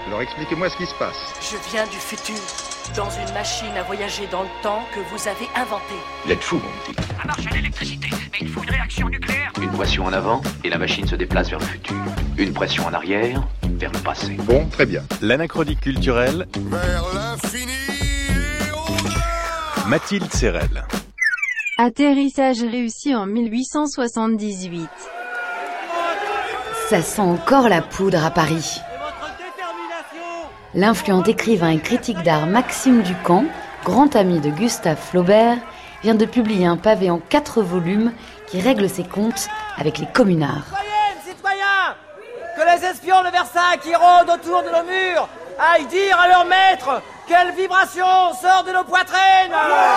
Alors expliquez-moi ce qui se passe. Je viens du futur, dans une machine à voyager dans le temps que vous avez inventée. Vous êtes fou, mon petit. Ça marche à l'électricité, mais il faut une réaction nucléaire. Une pression en avant, et la machine se déplace vers le futur. Une pression en arrière, vers le passé. Bon, très bien. L'anachronique culturelle. Vers l'infini et au-delà. Mathilde Serrel. Atterrissage réussi en 1878. Ça sent encore la poudre à Paris. L'influent écrivain et critique d'art Maxime Ducamp, grand ami de Gustave Flaubert, vient de publier un pavé en 4 volumes qui règle ses comptes avec les communards. Citoyens, que les espions de Versailles qui rôdent autour de nos murs aillent dire à leur maître quelle vibration sort de nos poitrines.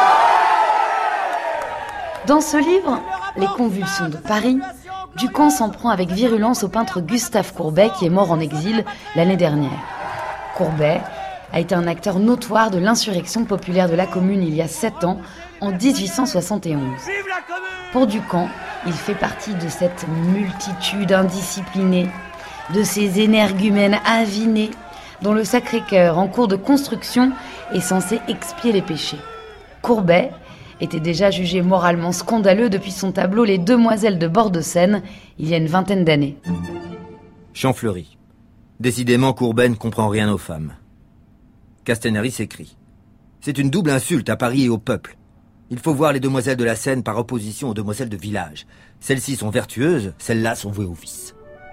Dans ce livre, Les convulsions de Paris, Ducamp s'en prend avec virulence au peintre Gustave Courbet qui est mort en exil l'année dernière. Courbet a été un acteur notoire de l'insurrection populaire de la Commune il y a 7 ans, en 1871. Pour Ducamp, il fait partie de cette multitude indisciplinée, de ces énergumènes avinés, dont le Sacré-Cœur, en cours de construction, est censé expier les péchés. Courbet était déjà jugé moralement scandaleux depuis son tableau Les Demoiselles de bord de Seine, il y a une 20aine d'années. Champfleury. Décidément, Courbet ne comprend rien aux femmes. Castanary s'écrie. C'est une double insulte à Paris et au peuple. Il faut voir les demoiselles de la Seine par opposition aux demoiselles de village. Celles-ci sont vertueuses, celles-là sont vouées au vice.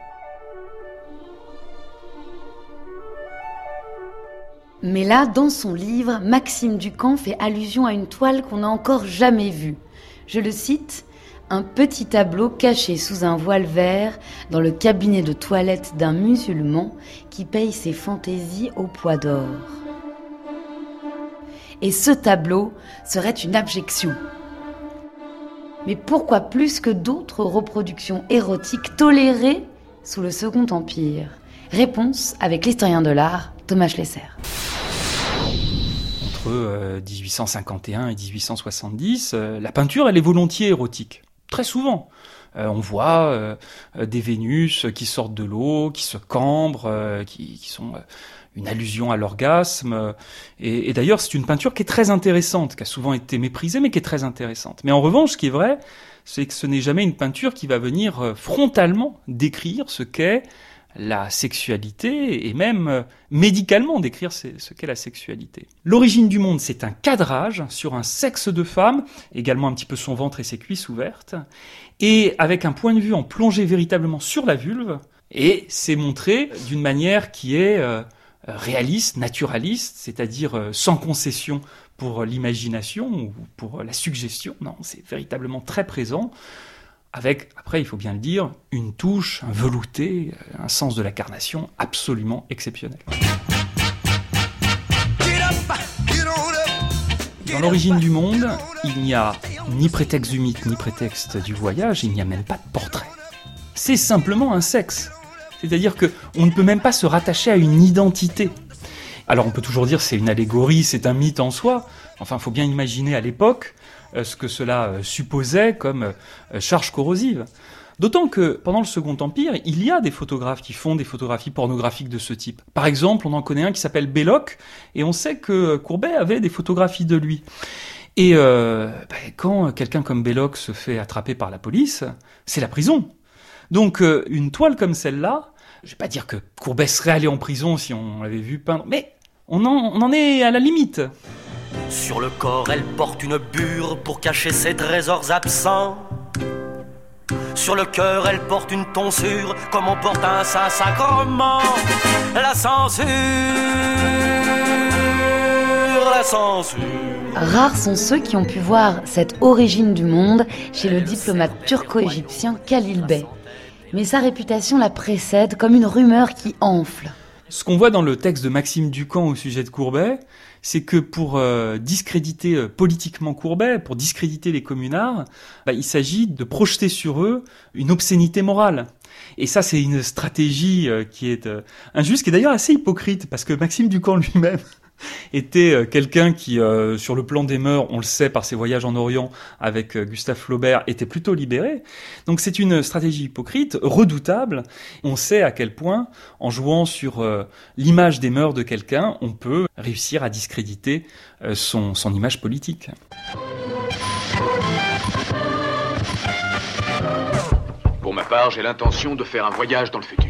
Mais là, dans son livre, Maxime Ducamp fait allusion à une toile qu'on n'a encore jamais vue. Je le cite, « Un petit tableau caché sous un voile vert dans le cabinet de toilette d'un musulman qui paye ses fantaisies au poids d'or. » Et ce tableau serait une abjection. Mais pourquoi plus que d'autres reproductions érotiques tolérées sous le Second Empire ? Réponse avec l'historien de l'art, Thomas Schlesser. Entre 1851 et 1870, la peinture, elle est volontiers érotique. Très souvent. On voit des Vénus qui sortent de l'eau, qui se cambrent, qui sont une allusion à l'orgasme. Et d'ailleurs, c'est une peinture qui est très intéressante, qui a souvent été méprisée, mais qui est très intéressante. Mais en revanche, ce qui est vrai, c'est que ce n'est jamais une peinture qui va venir frontalement décrire ce qu'est la sexualité, et même médicalement décrire ce qu'est la sexualité. L'origine du monde, c'est un cadrage sur un sexe de femme, également un petit peu son ventre et ses cuisses ouvertes, et avec un point de vue en plongée véritablement sur la vulve, et c'est montré d'une manière qui est réaliste, naturaliste, c'est-à-dire sans concession pour l'imagination ou pour la suggestion. Non, c'est véritablement très présent, avec, après il faut bien le dire, une touche, un velouté, un sens de la carnation absolument exceptionnel. Dans l'origine du monde, il n'y a ni prétexte du mythe, ni prétexte du voyage, il n'y a même pas de portrait. C'est simplement un sexe. C'est-à-dire qu'on ne peut même pas se rattacher à une identité. Alors on peut toujours dire c'est une allégorie, c'est un mythe en soi. Enfin, il faut bien imaginer à l'époque ce que cela supposait comme charge corrosive. D'autant que pendant le Second Empire, il y a des photographes qui font des photographies pornographiques de ce type. Par exemple, on en connaît un qui s'appelle Belloc, et on sait que Courbet avait des photographies de lui. Et quand quelqu'un comme Belloc se fait attraper par la police, c'est la prison. Donc une toile comme celle-là, je vais pas dire que Courbet serait allé en prison si on l'avait vu peindre, mais on en est à la limite. Sur le corps, elle porte une bure pour cacher ses trésors absents. Sur le cœur, elle porte une tonsure comme on porte un Saint-Sacrement. La censure, la censure. Rares sont ceux qui ont pu voir cette origine du monde chez le diplomate turco-égyptien Khalil Bey. Mais sa réputation la précède comme une rumeur qui enfle. Ce qu'on voit dans le texte de Maxime Ducamp au sujet de Courbet, c'est que pour discréditer politiquement Courbet, pour discréditer les communards, il s'agit de projeter sur eux une obscénité morale. Et ça, c'est une stratégie qui est injuste, qui est d'ailleurs assez hypocrite, parce que Maxime Ducamp lui-même était quelqu'un qui, sur le plan des mœurs, on le sait par ses voyages en Orient avec Gustave Flaubert, était plutôt libéré. Donc c'est une stratégie hypocrite, redoutable. On sait à quel point, en jouant sur l'image des mœurs de quelqu'un, on peut réussir à discréditer son image politique. Pour ma part, j'ai l'intention de faire un voyage dans le futur.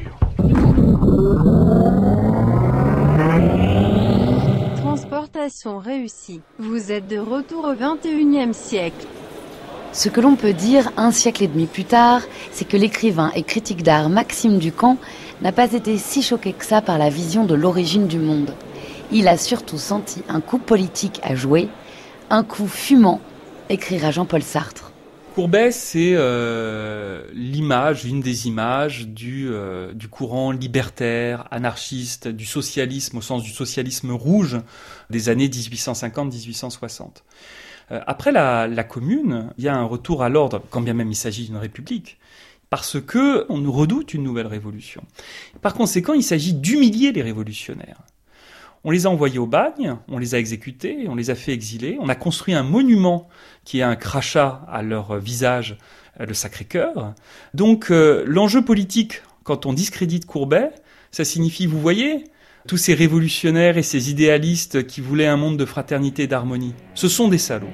Transportation réussie. Vous êtes de retour au XXIe siècle. Ce que l'on peut dire un siècle et demi plus tard, c'est que l'écrivain et critique d'art Maxime Ducamp n'a pas été si choqué que ça par la vision de l'origine du monde. Il a surtout senti un coup politique à jouer, un coup fumant, écrira Jean-Paul Sartre. Courbet, c'est l'image, une des images du courant libertaire, anarchiste, du socialisme au sens du socialisme rouge des années 1850-1860. Après la Commune, il y a un retour à l'ordre, quand bien même il s'agit d'une république, parce que on nous redoute une nouvelle révolution. Par conséquent, il s'agit d'humilier les révolutionnaires. On les a envoyés au bagne, on les a exécutés, on les a fait exiler, on a construit un monument qui est un crachat à leur visage, le Sacré-Cœur. Donc l'enjeu politique, quand on discrédite Courbet, ça signifie, vous voyez, tous ces révolutionnaires et ces idéalistes qui voulaient un monde de fraternité et d'harmonie, ce sont des salauds.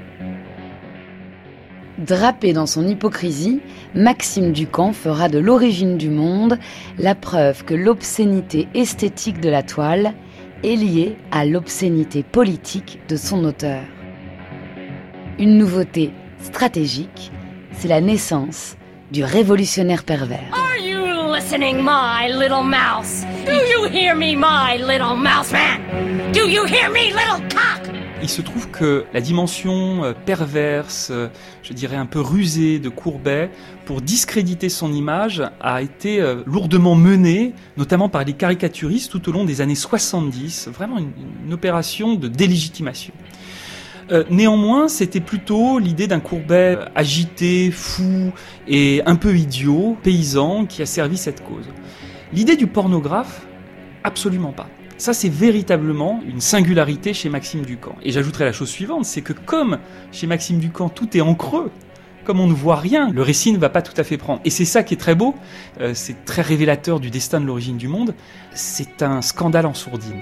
Drapé dans son hypocrisie, Maxime Ducamp fera de l'origine du monde la preuve que l'obscénité esthétique de la toile est liée à l'obscénité politique de son auteur. Une nouveauté stratégique, c'est la naissance du révolutionnaire pervers. Are you listening, my little mouse? Do you hear me, my little mouse man? Do you hear me, little cock? Il se trouve que la dimension perverse, je dirais un peu rusée de Courbet, pour discréditer son image, a été lourdement menée, notamment par les caricaturistes tout au long des années 70, vraiment une opération de délégitimation. Néanmoins, c'était plutôt l'idée d'un Courbet agité, fou et un peu idiot, paysan, qui a servi cette cause. L'idée du pornographe, absolument pas. Ça, c'est véritablement une singularité chez Maxime Ducamp. Et j'ajouterai la chose suivante, c'est que comme chez Maxime Ducamp, tout est en creux, comme on ne voit rien, le récit ne va pas tout à fait prendre. Et c'est ça qui est très beau, c'est très révélateur du destin de l'origine du monde, c'est un scandale en sourdine.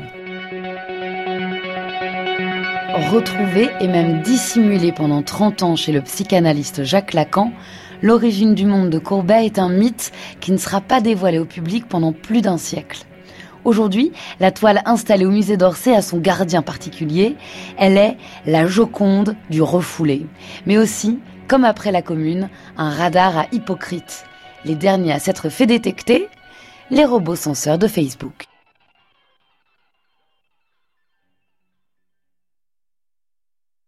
Retrouvé et même dissimulé pendant 30 ans chez le psychanalyste Jacques Lacan, l'origine du monde de Courbet est un mythe qui ne sera pas dévoilé au public pendant plus d'un siècle. Aujourd'hui, la toile installée au musée d'Orsay a son gardien particulier. Elle est la Joconde du refoulé. Mais aussi, comme après la Commune, un radar à hypocrites. Les derniers à s'être fait détecter, les robots censeurs de Facebook.